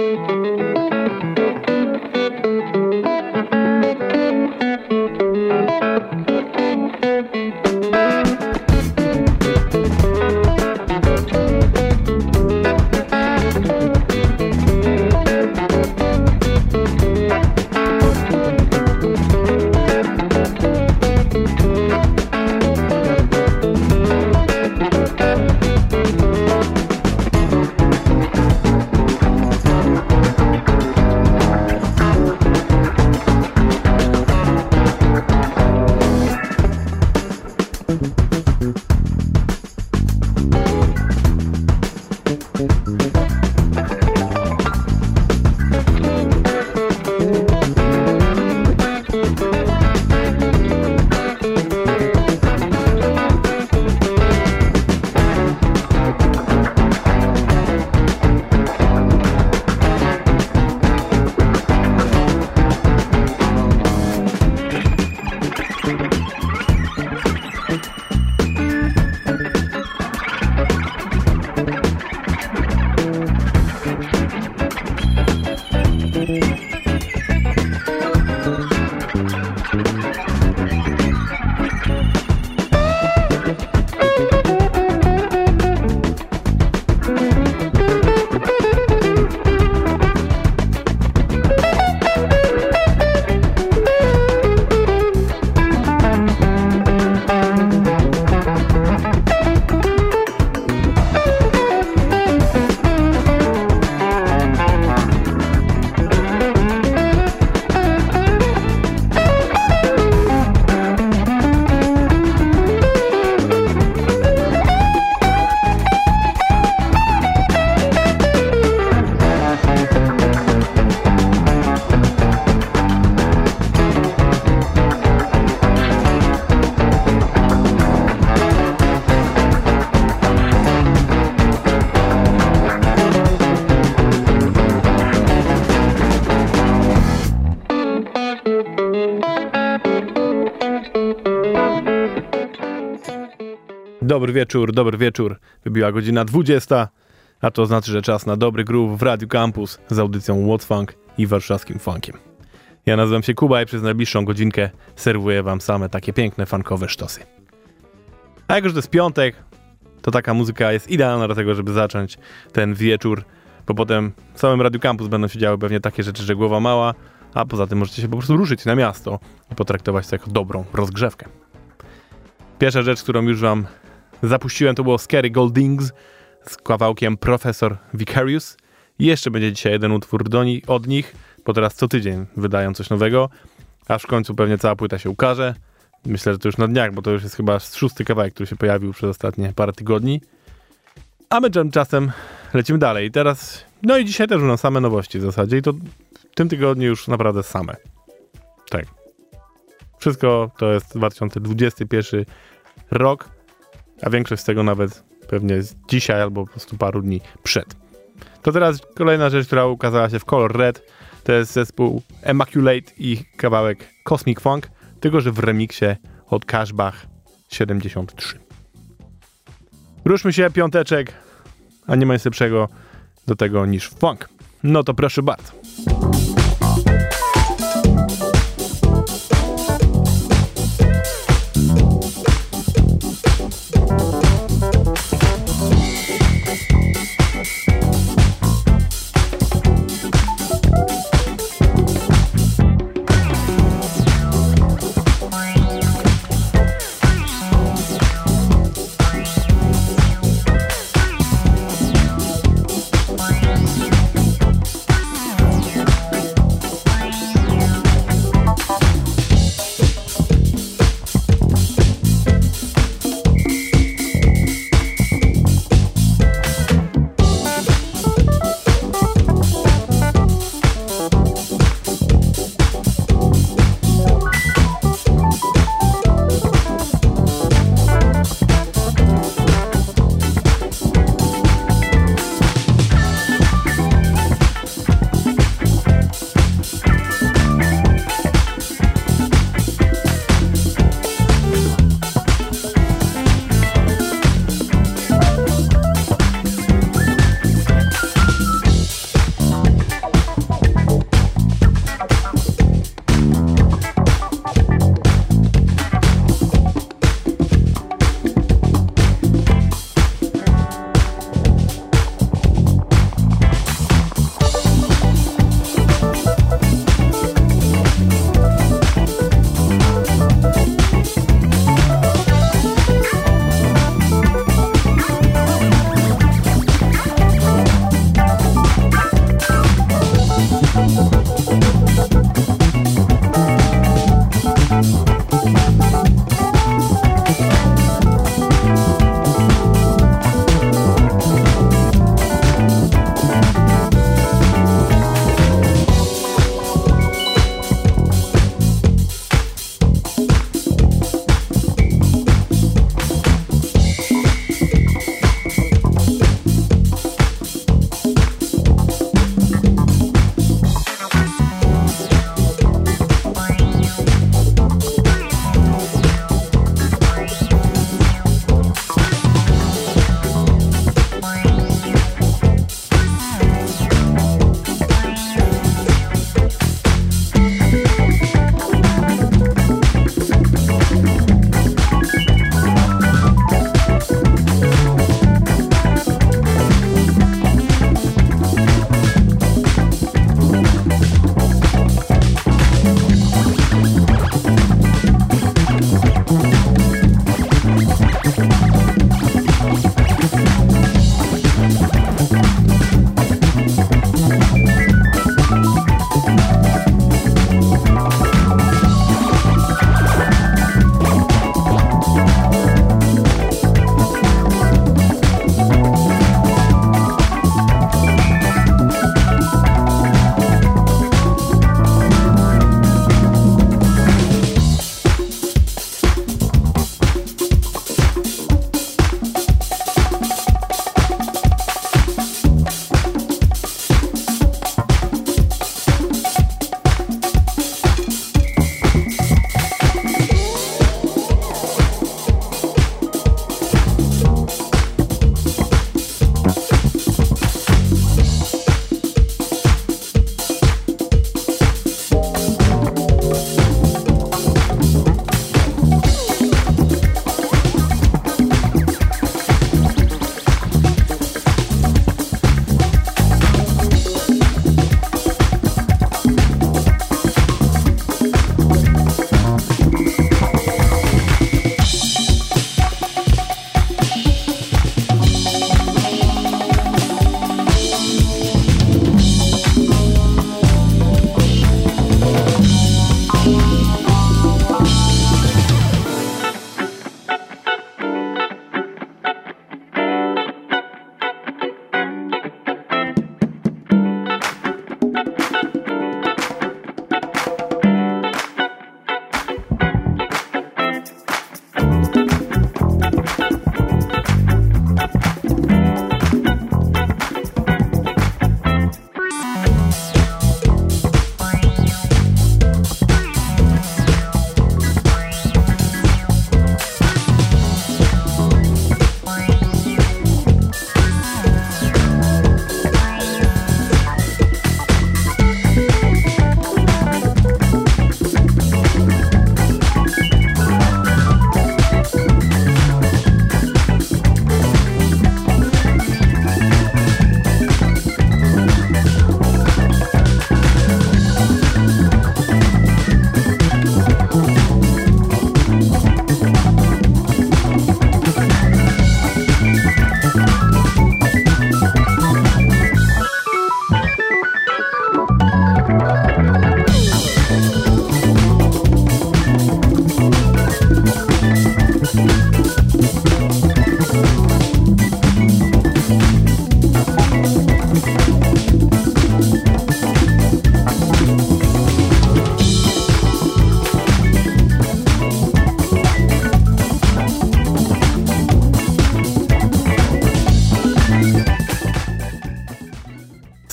Dobry wieczór. Wybiła godzina 20, a to znaczy, że czas na dobry groove w Radiu Campus z audycją What's Funk i warszawskim funkiem. Ja nazywam się Kuba i przez najbliższą godzinkę serwuję wam same takie piękne funkowe sztosy. A jako, że to jest piątek, to taka muzyka jest idealna do tego, żeby zacząć ten wieczór, bo potem w samym Radiu Campus będą się działy pewnie takie rzeczy, że głowa mała, a poza tym możecie się po prostu ruszyć na miasto i potraktować to jako dobrą rozgrzewkę. Pierwsza rzecz, którą już wam zapuściłem, to było Scary Goldings z kawałkiem Professor Vicarious. I jeszcze będzie dzisiaj jeden utwór od nich, bo teraz co tydzień wydają coś nowego, aż w końcu pewnie cała płyta się ukaże. Myślę, że to już na dniach, bo to już jest chyba 6. kawałek, który się pojawił przez ostatnie parę tygodni. A my tymczasem lecimy dalej. Teraz, no i dzisiaj też będą same nowości w zasadzie i to w tym tygodniu już naprawdę same. Tak. Wszystko to jest 2021 rok, a większość z tego nawet pewnie jest dzisiaj albo po prostu paru dni przed. To teraz kolejna rzecz, która ukazała się w Color Red, to jest zespół Immaculate i kawałek Cosmic Funk, tylko że w remiksie od Cashbach 73. Ruszmy się, piąteczek, a nie ma nic lepszego do tego niż funk. No to proszę bardzo.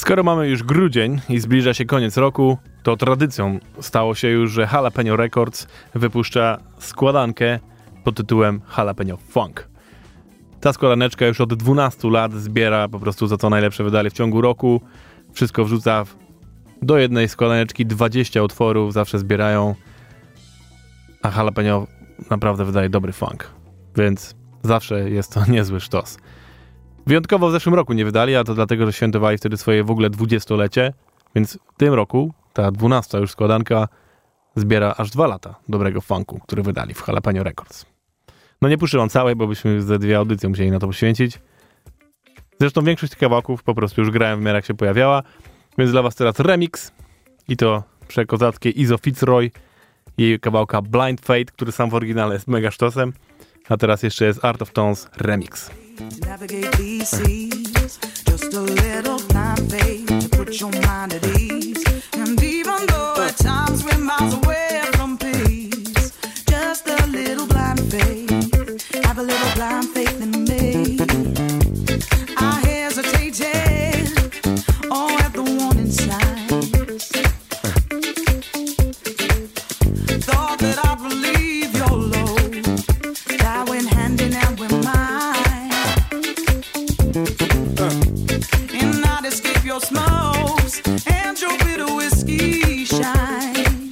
Skoro mamy już grudzień i zbliża się koniec roku, to tradycją stało się już, że Jalapeno Records wypuszcza składankę pod tytułem Jalapeno Funk. Ta składaneczka już od 12 lat zbiera po prostu za co najlepsze wydali w ciągu roku. Wszystko wrzuca do jednej składaneczki 20 utworów, zawsze zbierają, a Jalapeno naprawdę wydaje dobry funk, więc zawsze jest to niezły sztos. Wyjątkowo w zeszłym roku nie wydali, a to dlatego, że świętowali wtedy swoje w ogóle 20-lecie, więc w tym roku ta 12 już składanka zbiera aż 2 lata dobrego funku, który wydali w Jalapeno Records. No nie puszczę wam całej, bo byśmy ze 2 audycje musieli na to poświęcić. Zresztą większość tych kawałków po prostu już grałem w miarę jak się pojawiała, więc dla was teraz remix i to przekozackie Izo Fitzroy i jej kawałka Blind Fate, który sam w oryginale jest mega sztosem, a teraz jeszcze jest Art of Tones remix. Navigate these seas, just a little blind faith to put your mind at ease. And even though at times we're miles away from peace, just a little blind faith, have a little blind faith in me. I hesitated, oh, at the warning signs. Thought that I'd relieve your load, that went hand in hand with mine. And not escape your smokes and your bitter whiskey shine.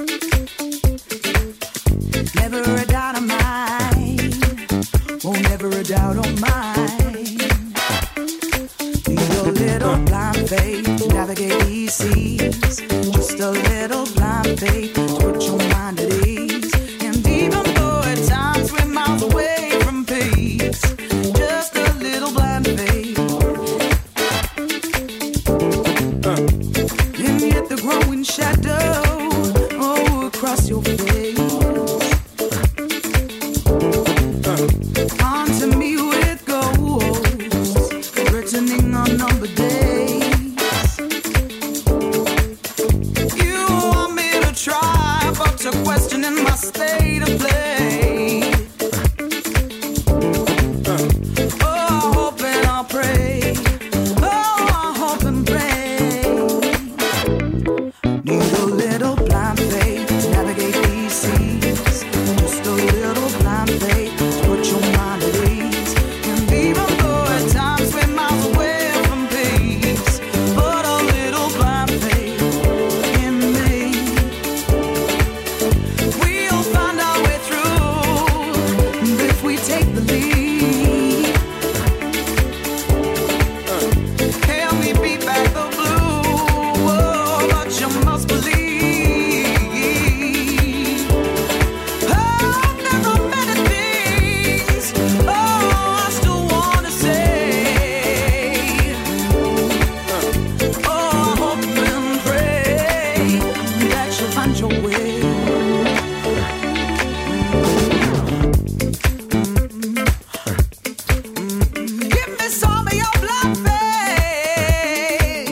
Never a doubt of mine, oh, never a doubt of mine. Need a little blind faith to navigate these seas. Just a little blind faith to put your mind at ease. And even though at times we're miles away from peace, just a little blind faith. And yet the growing shadow, oh, across your face, haunting me with ghosts, returning on numbered days. You want me to try, but you're questioning my state of play. Oh, I hope and I'll pray. Oh, I hope and pray. Need a little blind faith to navigate these seas. Just a little blind faith to put your mind at ease. And even though at times we're miles away from peace, but a little blind faith in me. We'll find our way through if we take the lead. Help me beat back the blue, oh, but you must believe. Oh, there are many things, oh, I still wanna say. Oh, I hope and pray that you'll find your way. Give me some of your blind faith.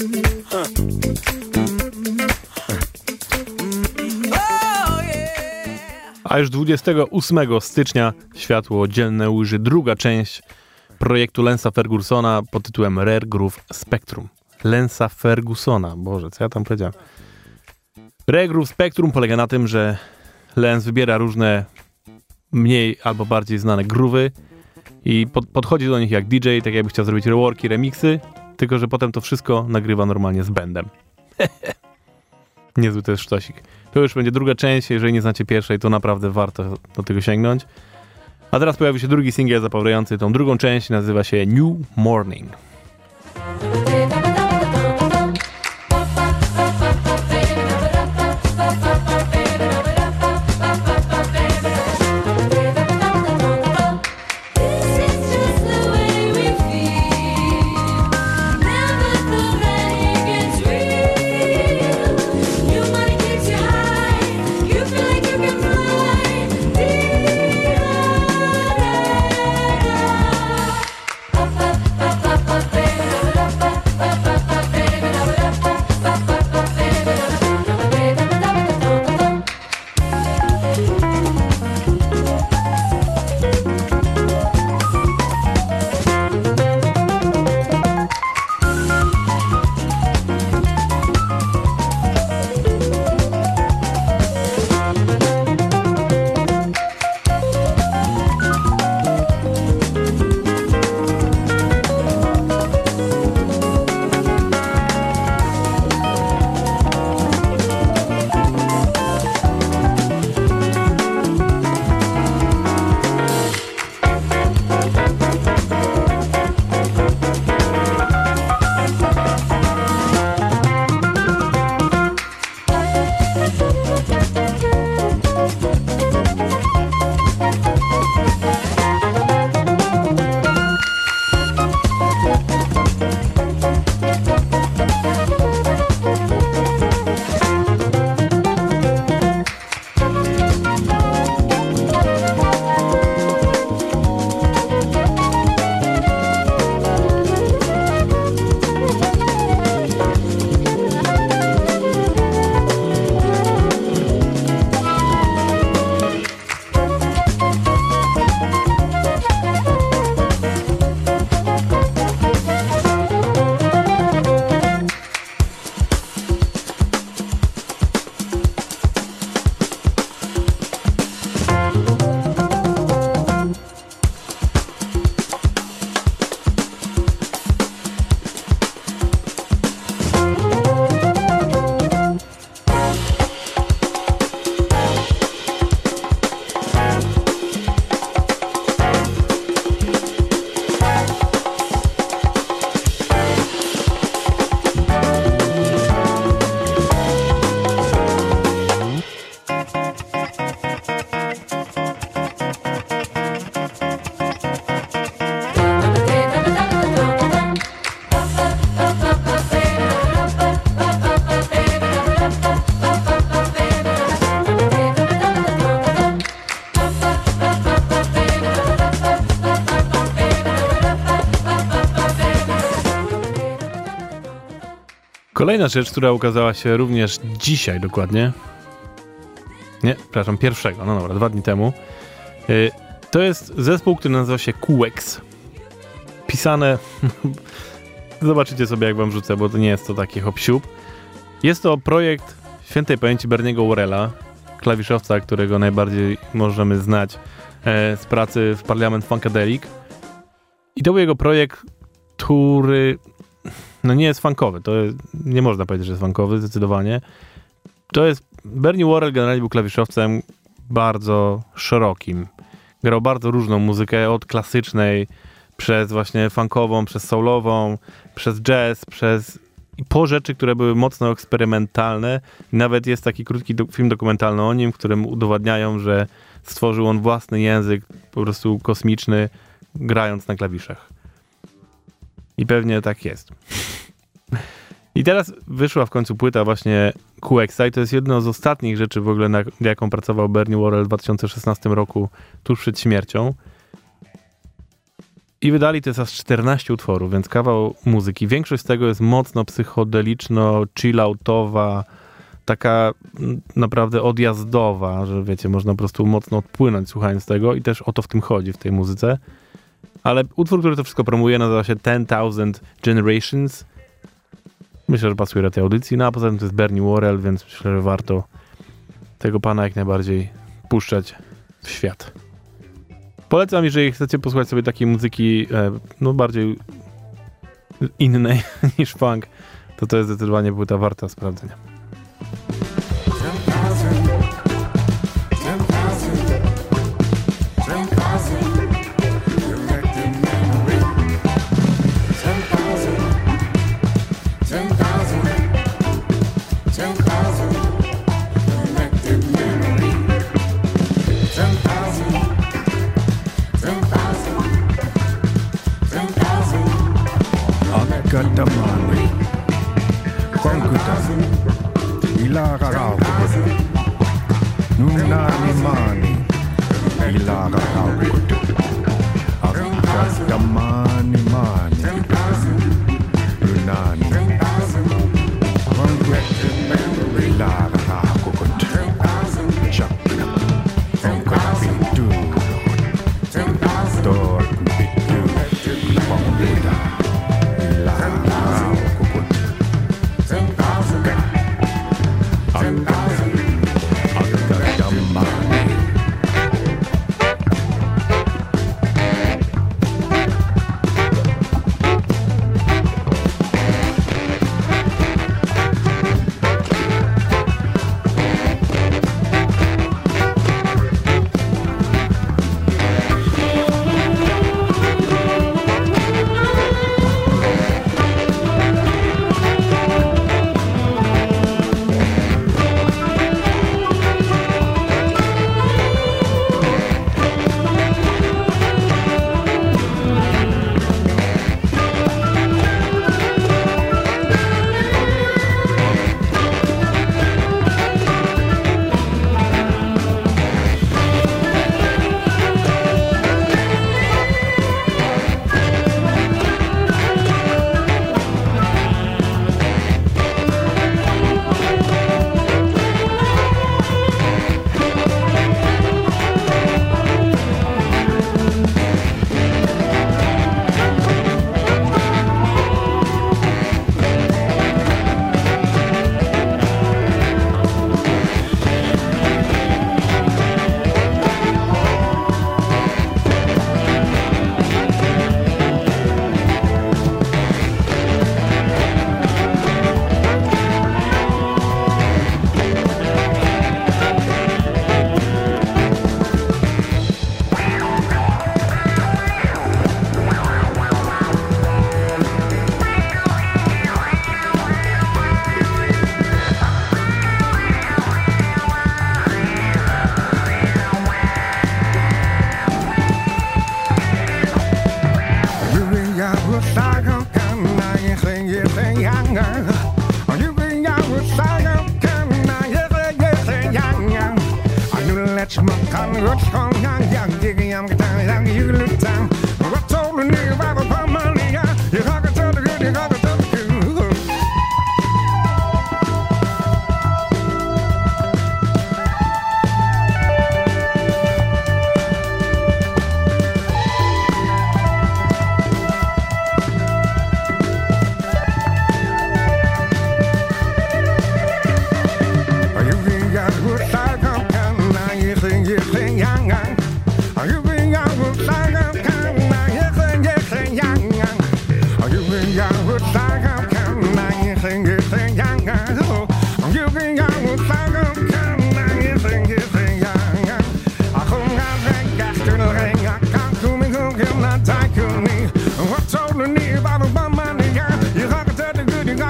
Oh, yeah. A już 28 stycznia światło dzienne ujrzy druga część projektu Lensa Fergusona pod tytułem Rare Groove Spectrum. Lensa Fergusona, Boże, co ja tam powiedziałem? Rare Groove Spectrum polega na tym, że Lens wybiera różne mniej albo bardziej znane groove'y i podchodzi do nich jak DJ, tak jakby chciał zrobić reworki, remixy, tylko że potem to wszystko nagrywa normalnie z bandem. Niezły to jest sztosik. To już będzie druga część, jeżeli nie znacie pierwszej, to naprawdę warto do tego sięgnąć. A teraz pojawi się drugi singiel zapowiadający tą drugą część, nazywa się New Morning. Up, up, up, up, up. Kolejna rzecz, która ukazała się również dzisiaj dokładnie. Nie, przepraszam, 1. No dobra, 2 dni temu. To jest zespół, który nazywa się QX. Pisane... Zobaczycie sobie, jak wam rzucę, bo to nie jest to taki hop-siup. Jest to projekt świętej pamięci Berniego Worrella, klawiszowca, którego najbardziej możemy znać z pracy w Parliament Funkadelic. I to był jego projekt, który no nie jest funkowy. To jest, nie można powiedzieć, że jest funkowy, zdecydowanie. To jest... Bernie Worrell generalnie był klawiszowcem bardzo szerokim. Grał bardzo różną muzykę, od klasycznej, przez właśnie funkową, przez soulową, przez jazz, i po rzeczy, które były mocno eksperymentalne. Nawet jest taki krótki film dokumentalny o nim, w którym udowadniają, że stworzył on własny język, po prostu kosmiczny, grając na klawiszach. I pewnie tak jest. I teraz wyszła w końcu płyta właśnie QX-a i to jest jedno z ostatnich rzeczy w ogóle, nad jaką pracował Bernie Worrell w 2016 roku, tuż przed śmiercią. I wydali to jest aż 14 utworów, więc kawał muzyki. Większość z tego jest mocno psychodeliczno, chilloutowa, taka naprawdę odjazdowa, że wiecie, można po prostu mocno odpłynąć słuchając tego i też o to w tym chodzi, w tej muzyce. Ale utwór, który to wszystko promuje, nazywa się 10,000 Generations. Myślę, że pasuje do tej audycji. No a poza tym to jest Bernie Worrell, więc myślę, że warto tego pana jak najbardziej puszczać w świat. Polecam, jeżeli chcecie posłuchać sobie takiej muzyki no bardziej innej niż funk, to jest zdecydowanie płyta warta sprawdzenia. Katamani, Konkuta, Ilara Raukuta, Nunani Mani, Ilara Raukuta, Katamani Mani, Nunani, Konkuta, Ilara Raukuta, Chakna, Konkuta Pintu, Dort Pintu, Konkuta.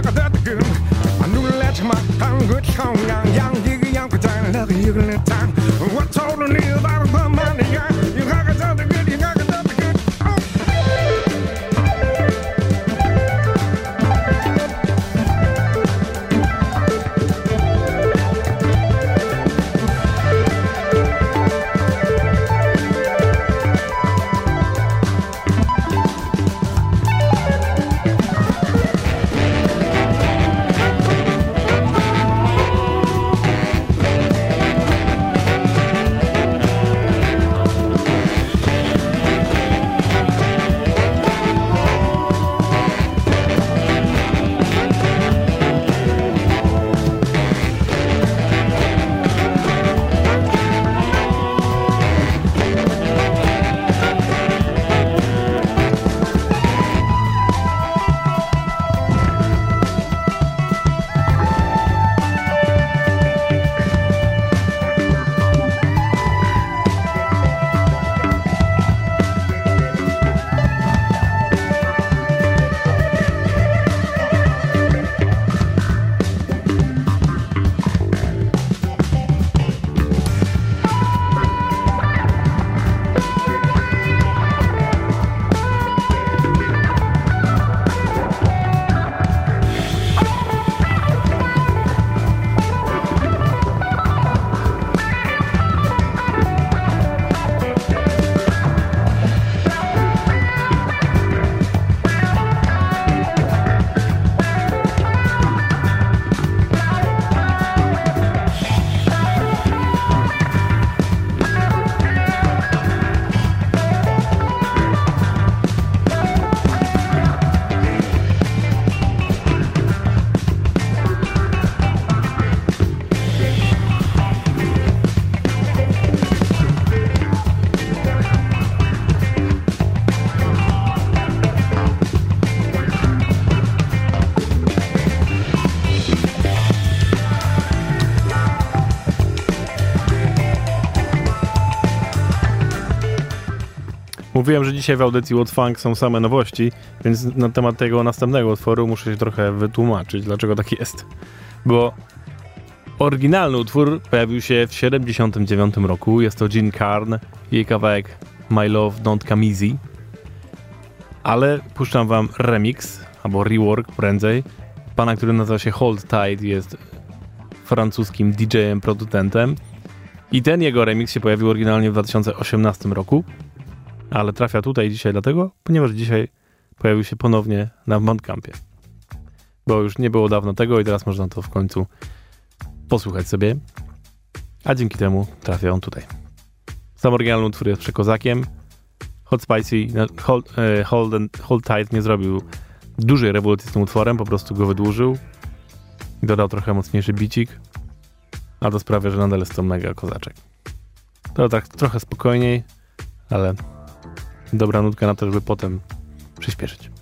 that good. I knew let my tongue good song young jiggy young time love you good time. What's all the need about the money? You got to the good, you got to the good. Mówiłem, że dzisiaj w audycji What Funk są same nowości, więc na temat tego następnego utworu muszę się trochę wytłumaczyć, dlaczego tak jest. Bo oryginalny utwór pojawił się w 1979 roku. Jest to Jean Carn, jej kawałek My Love Don't Come Easy. Ale puszczam wam remix, albo rework prędzej, pana, który nazywa się Hold Tight, jest francuskim DJ-em, producentem. I ten jego remix się pojawił oryginalnie w 2018 roku. Ale trafia tutaj dzisiaj dlatego, ponieważ dzisiaj pojawił się ponownie na Bandcampie. Bo już nie było dawno tego i teraz można to w końcu posłuchać sobie. A dzięki temu trafia on tutaj. Sam oryginalny utwór jest przekozakiem. Hot Spicy, Hold Tight nie zrobił dużej rewolucji z tym utworem, po prostu go wydłużył i dodał trochę mocniejszy bicik. A to sprawia, że nadal jest to mega kozaczek. To tak trochę spokojniej, ale dobra nutka na to, żeby potem przyspieszyć.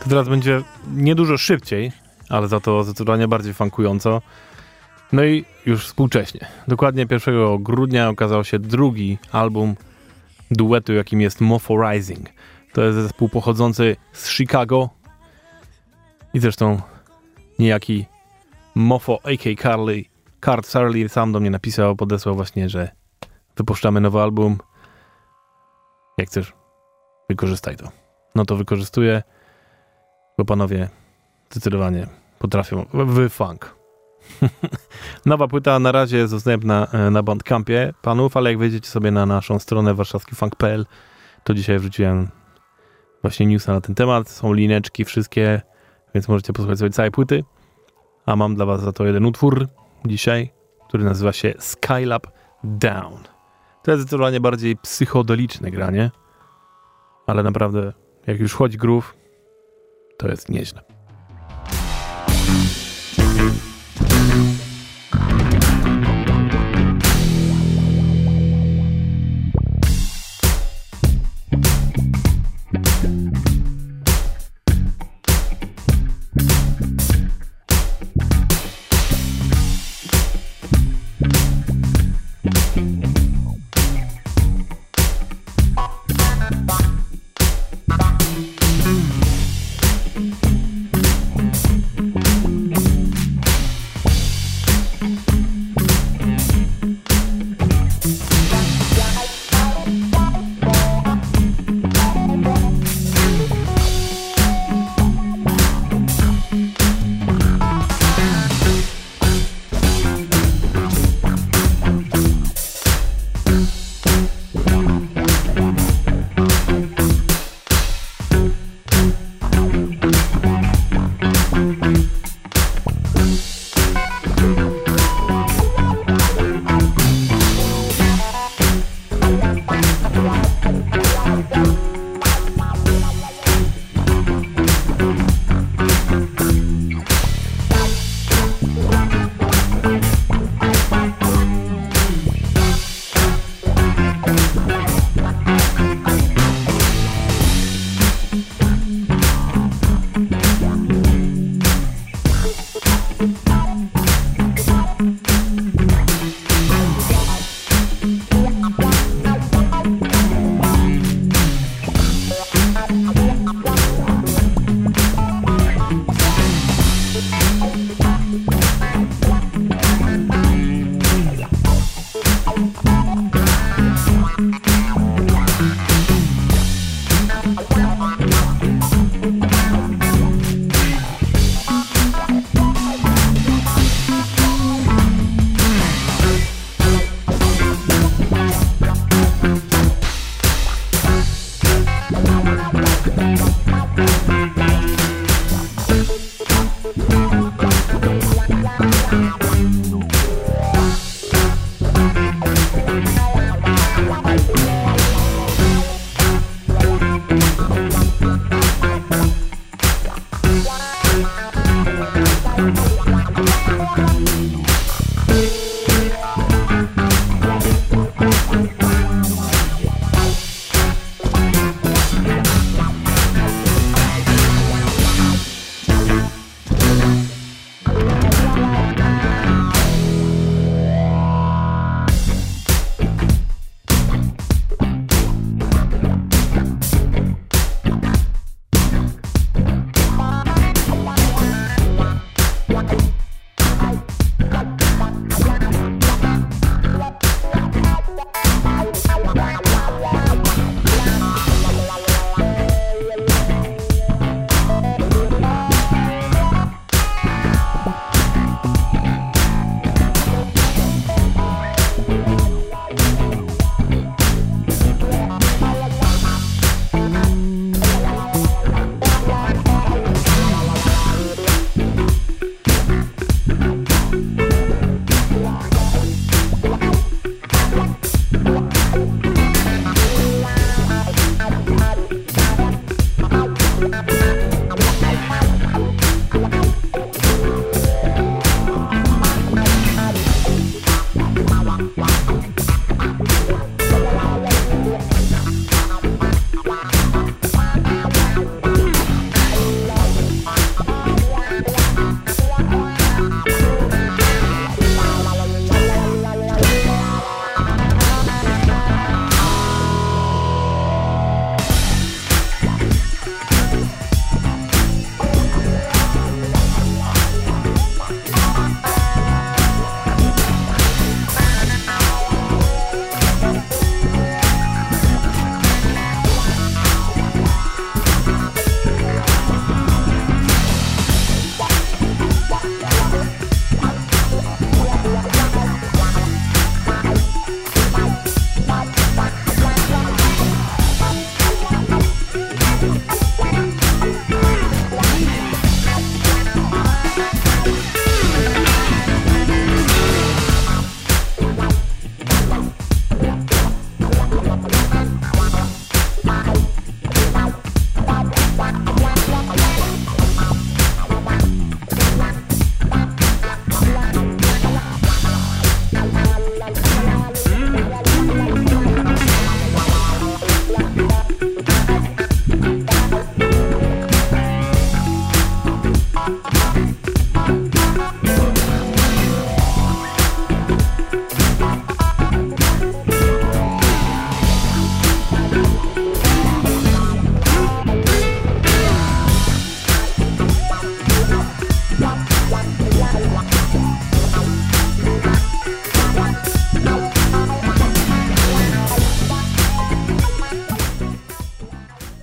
To teraz będzie niedużo szybciej, ale za to zdecydowanie bardziej funkująco. No i już współcześnie. Dokładnie 1 grudnia okazał się drugi album duetu, jakim jest Mofo Rising. To jest zespół pochodzący z Chicago i zresztą niejaki Mofo a.k.a. Card Charlie sam do mnie napisał, podesłał właśnie, że wypuszczamy nowy album. Jak chcesz, wykorzystaj to. No to wykorzystuję, bo panowie zdecydowanie potrafią funk. Nowa płyta na razie jest dostępna na Bandcampie panów, ale jak wejdziecie sobie na naszą stronę warszawskifunk.pl, to dzisiaj wrzuciłem właśnie newsa na ten temat. Są lineczki wszystkie, więc możecie posłuchać sobie całej płyty. A mam dla was za to jeden utwór dzisiaj, który nazywa się Skylab Down. To jest zdecydowanie bardziej psychodeliczne granie, ale naprawdę jak już chodzi groove, to jest nieźle.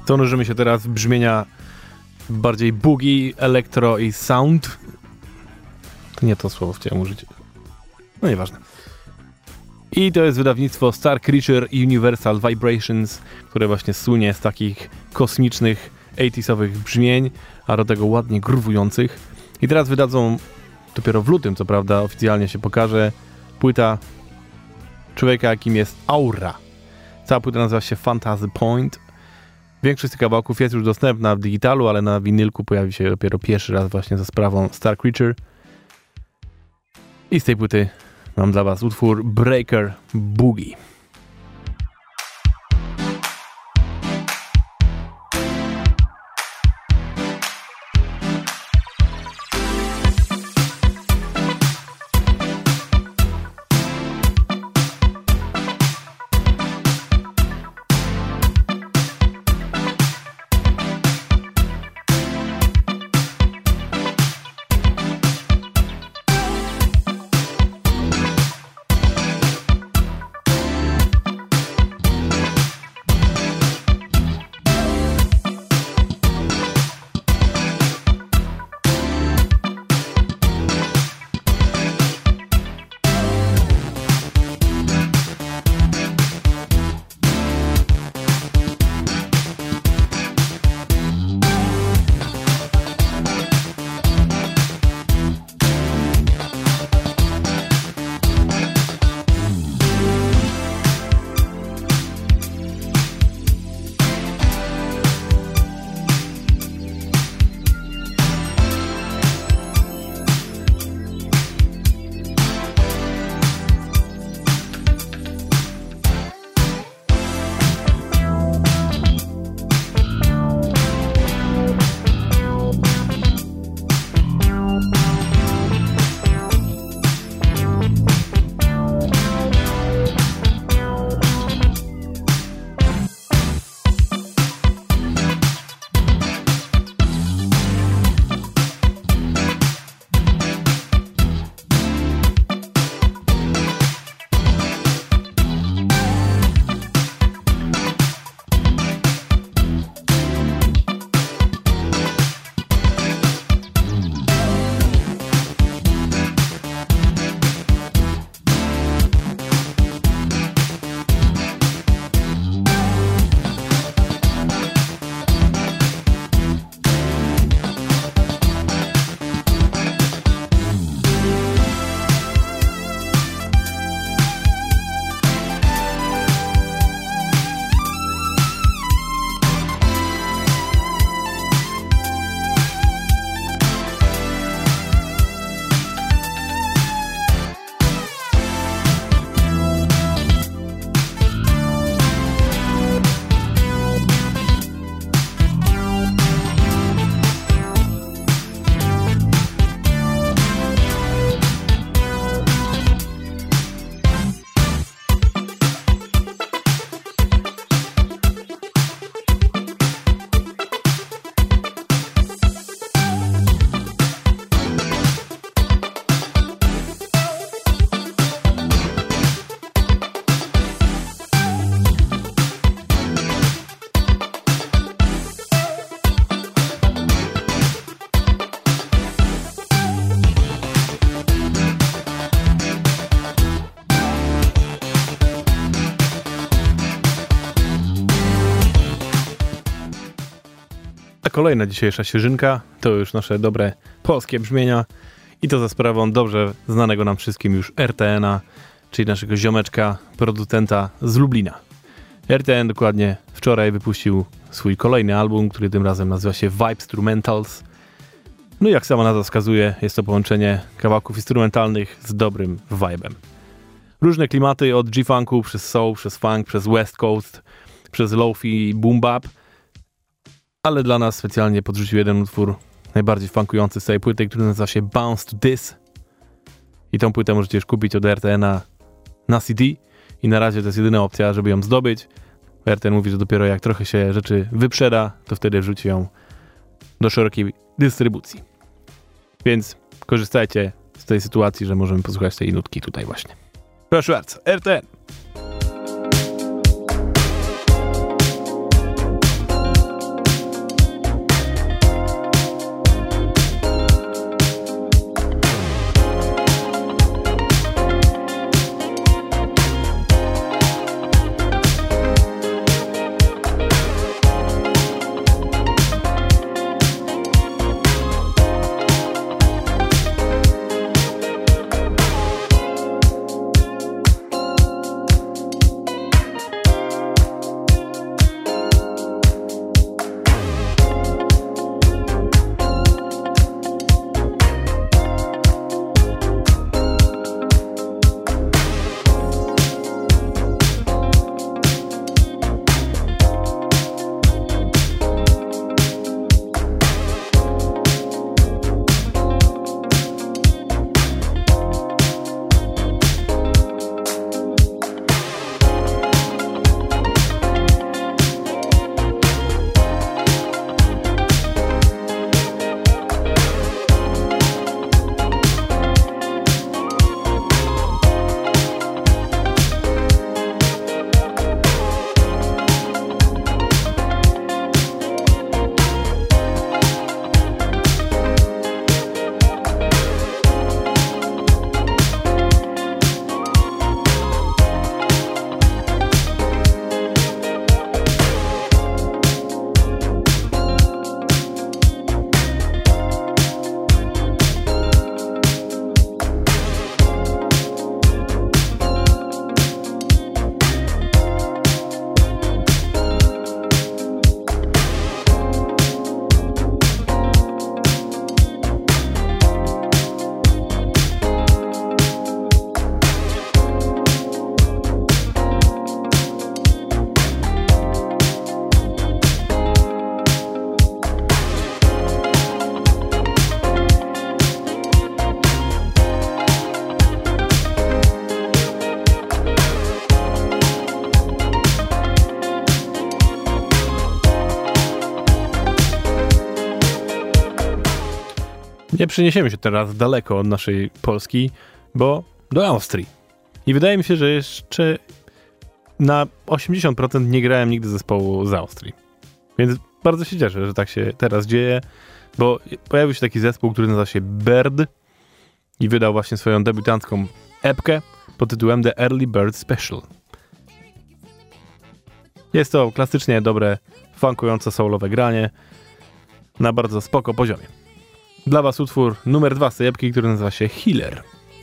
Zanurzymy się teraz w brzmienia bardziej boogie, elektro i sound. To nie to słowo chciałem użyć. No nieważne. I to jest wydawnictwo Star Creature Universal Vibrations, które właśnie słynie z takich kosmicznych 80sowych brzmień, a do tego ładnie gruwujących. I teraz wydadzą, dopiero w lutym co prawda oficjalnie się pokaże, płyta człowieka, jakim jest Aura. Cała płyta nazywa się Fantasy Point. Większość z tych kawałków jest już dostępna w digitalu, ale na winylku pojawi się dopiero pierwszy raz właśnie za sprawą Star Creature. I z tej płyty mam dla was utwór Breaker Boogie. A kolejna dzisiejsza świeżynka to już nasze dobre polskie brzmienia i to za sprawą dobrze znanego nam wszystkim już RTN-a, czyli naszego ziomeczka, producenta z Lublina. RTN dokładnie wczoraj wypuścił swój kolejny album, który tym razem nazywa się Vibestrumentals. No i jak sama nazwa wskazuje, jest to połączenie kawałków instrumentalnych z dobrym vibem. Różne klimaty od G-funku przez soul, przez funk, przez west coast, przez lofi i boom bap, ale dla nas specjalnie podrzucił jeden utwór najbardziej funkujący z tej płyty, który nazywa się Bounce to This. I tą płytę możecie już kupić od RTN-a na CD i na razie to jest jedyna opcja, żeby ją zdobyć. RTN mówi, że dopiero jak trochę się rzeczy wyprzeda, to wtedy wrzuci ją do szerokiej dystrybucji. Więc korzystajcie z tej sytuacji, że możemy posłuchać tej nutki tutaj właśnie. Proszę bardzo, RTN. Nie przeniesiemy się teraz daleko od naszej Polski, bo do Austrii. I wydaje mi się, że jeszcze na 80% nie grałem nigdy zespołu z Austrii. Więc bardzo się cieszę, że tak się teraz dzieje, bo pojawił się taki zespół, który nazywa się Bird i wydał właśnie swoją debiutancką epkę pod tytułem The Early Bird Special. Jest to klasycznie dobre, funkujące soulowe granie na bardzo spoko poziomie. Dla was utwór numer 2 z tej epki, który nazywa się Healer.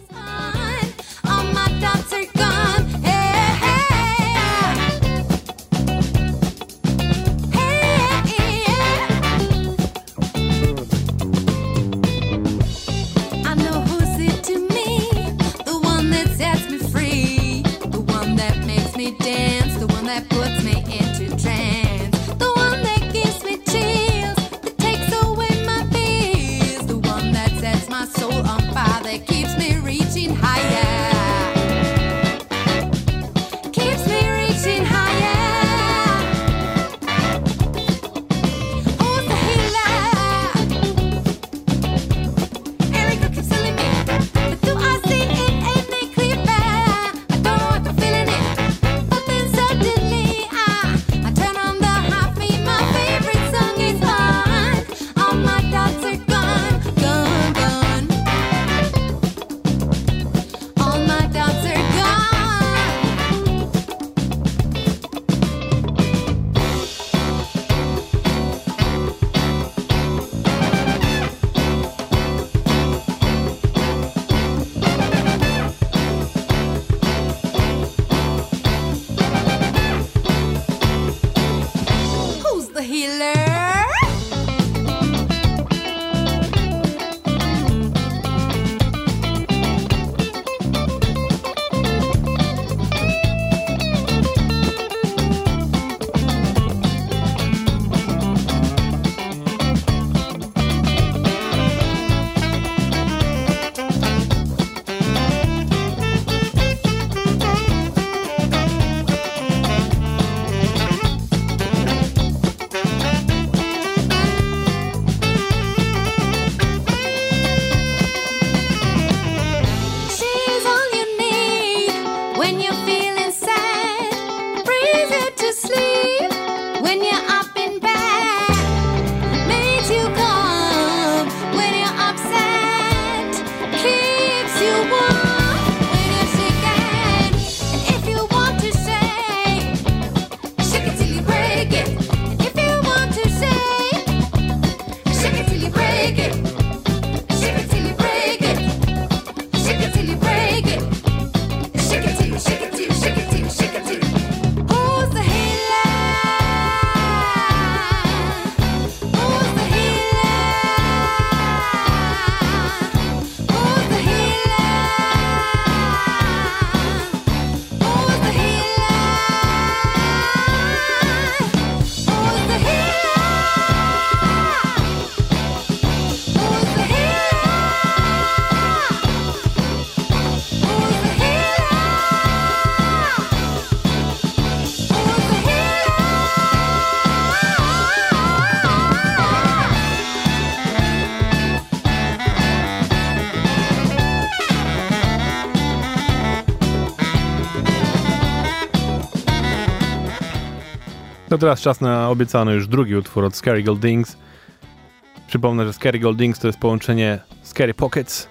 No teraz czas na obiecany już drugi utwór od Scary Goldings. Przypomnę, że Scary Goldings to jest połączenie Scary Pockets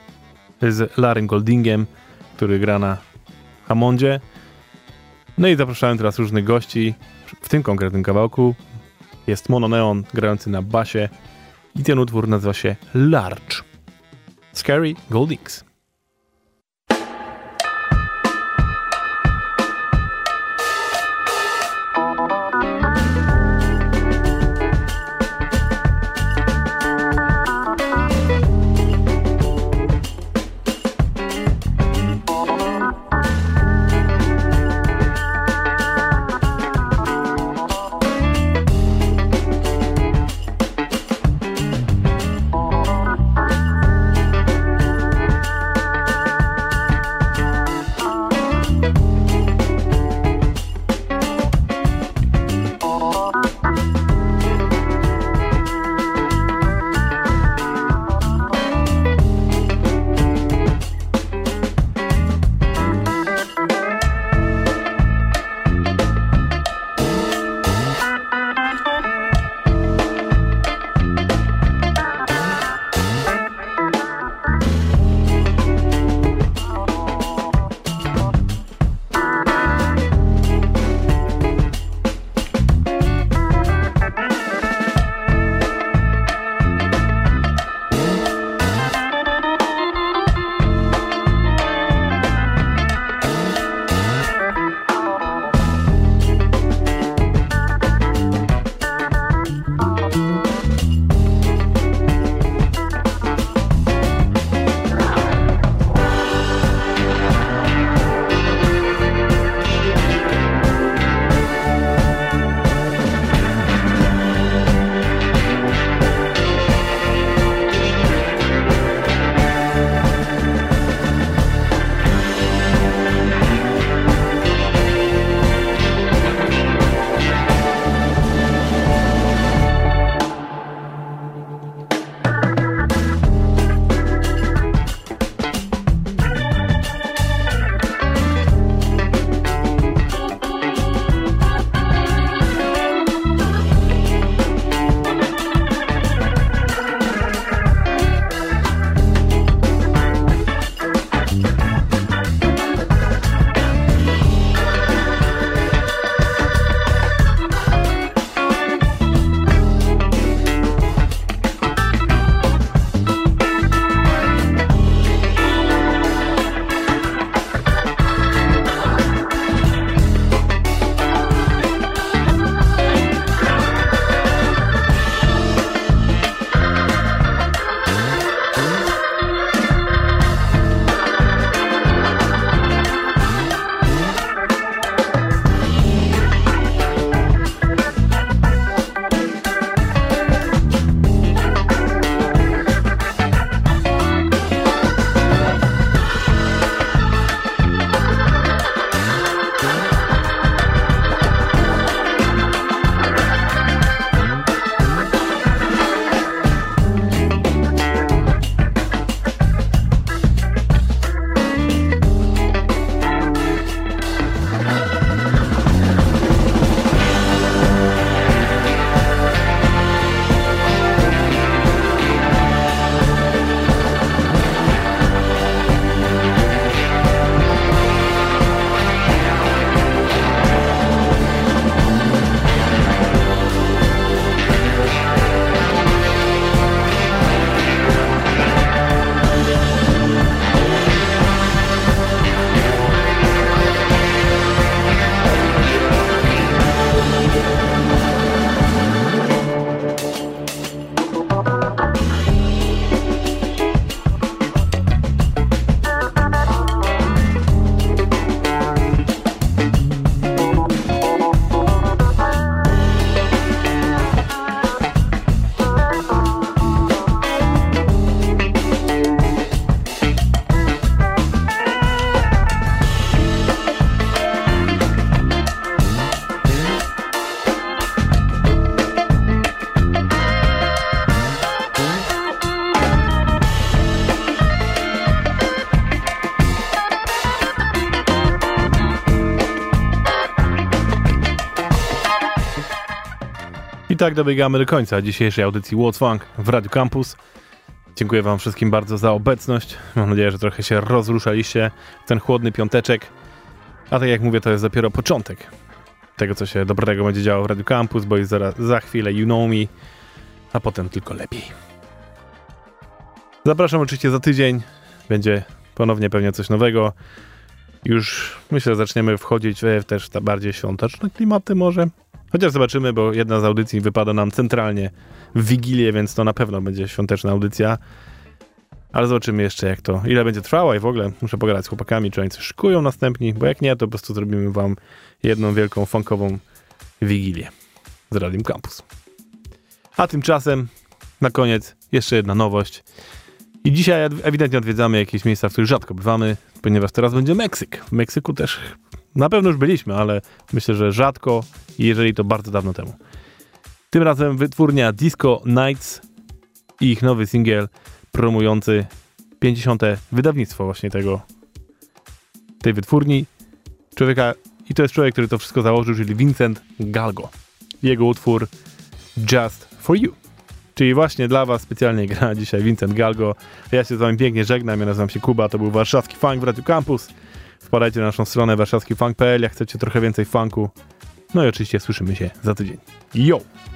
z Larrym Goldingiem, który gra na Hammondzie. No i zapraszałem teraz różnych gości. W tym konkretnym kawałku jest Mono Neon grający na basie i ten utwór nazywa się Large. Scary Goldings. tak dobiegamy do końca dzisiejszej audycji What's Funk w Radio Campus. Dziękuję wam wszystkim bardzo za obecność. Mam nadzieję, że trochę się rozruszaliście w ten chłodny piąteczek. A tak jak mówię, to jest dopiero początek tego, co się dobrego będzie działo w Radio Campus, bo jest za chwilę You Know Me, a potem tylko lepiej. Zapraszam oczywiście za tydzień. Będzie ponownie pewnie coś nowego. Już myślę, zaczniemy wchodzić w też te bardziej świąteczne klimaty może. Chociaż zobaczymy, bo jedna z audycji wypada nam centralnie w Wigilię, więc to na pewno będzie świąteczna audycja. Ale zobaczymy jeszcze jak to, ile będzie trwała i w ogóle muszę pogadać z chłopakami, czy oni coś szykują następni, bo jak nie, to po prostu zrobimy wam jedną wielką funkową Wigilię z Radium Campus. A tymczasem na koniec jeszcze jedna nowość. I dzisiaj ewidentnie odwiedzamy jakieś miejsca, w których rzadko bywamy, ponieważ teraz będzie Meksyk. W Meksyku też na pewno już byliśmy, ale myślę, że rzadko i jeżeli to bardzo dawno temu. Tym razem wytwórnia Disco Nights i ich nowy singiel promujący 50. wydawnictwo właśnie tej wytwórni człowieka, i to jest człowiek, który to wszystko założył, czyli Vincent Galgo. Jego utwór Just For You. Czyli właśnie dla was specjalnie gra dzisiaj Vincent Galgo. Ja się z wami pięknie żegnam, ja nazywam się Kuba, to był warszawski funk w Radio Campus. Wpadajcie na naszą stronę warszawskifunk.pl, jak chcecie trochę więcej funku. No i oczywiście słyszymy się za tydzień. Yo!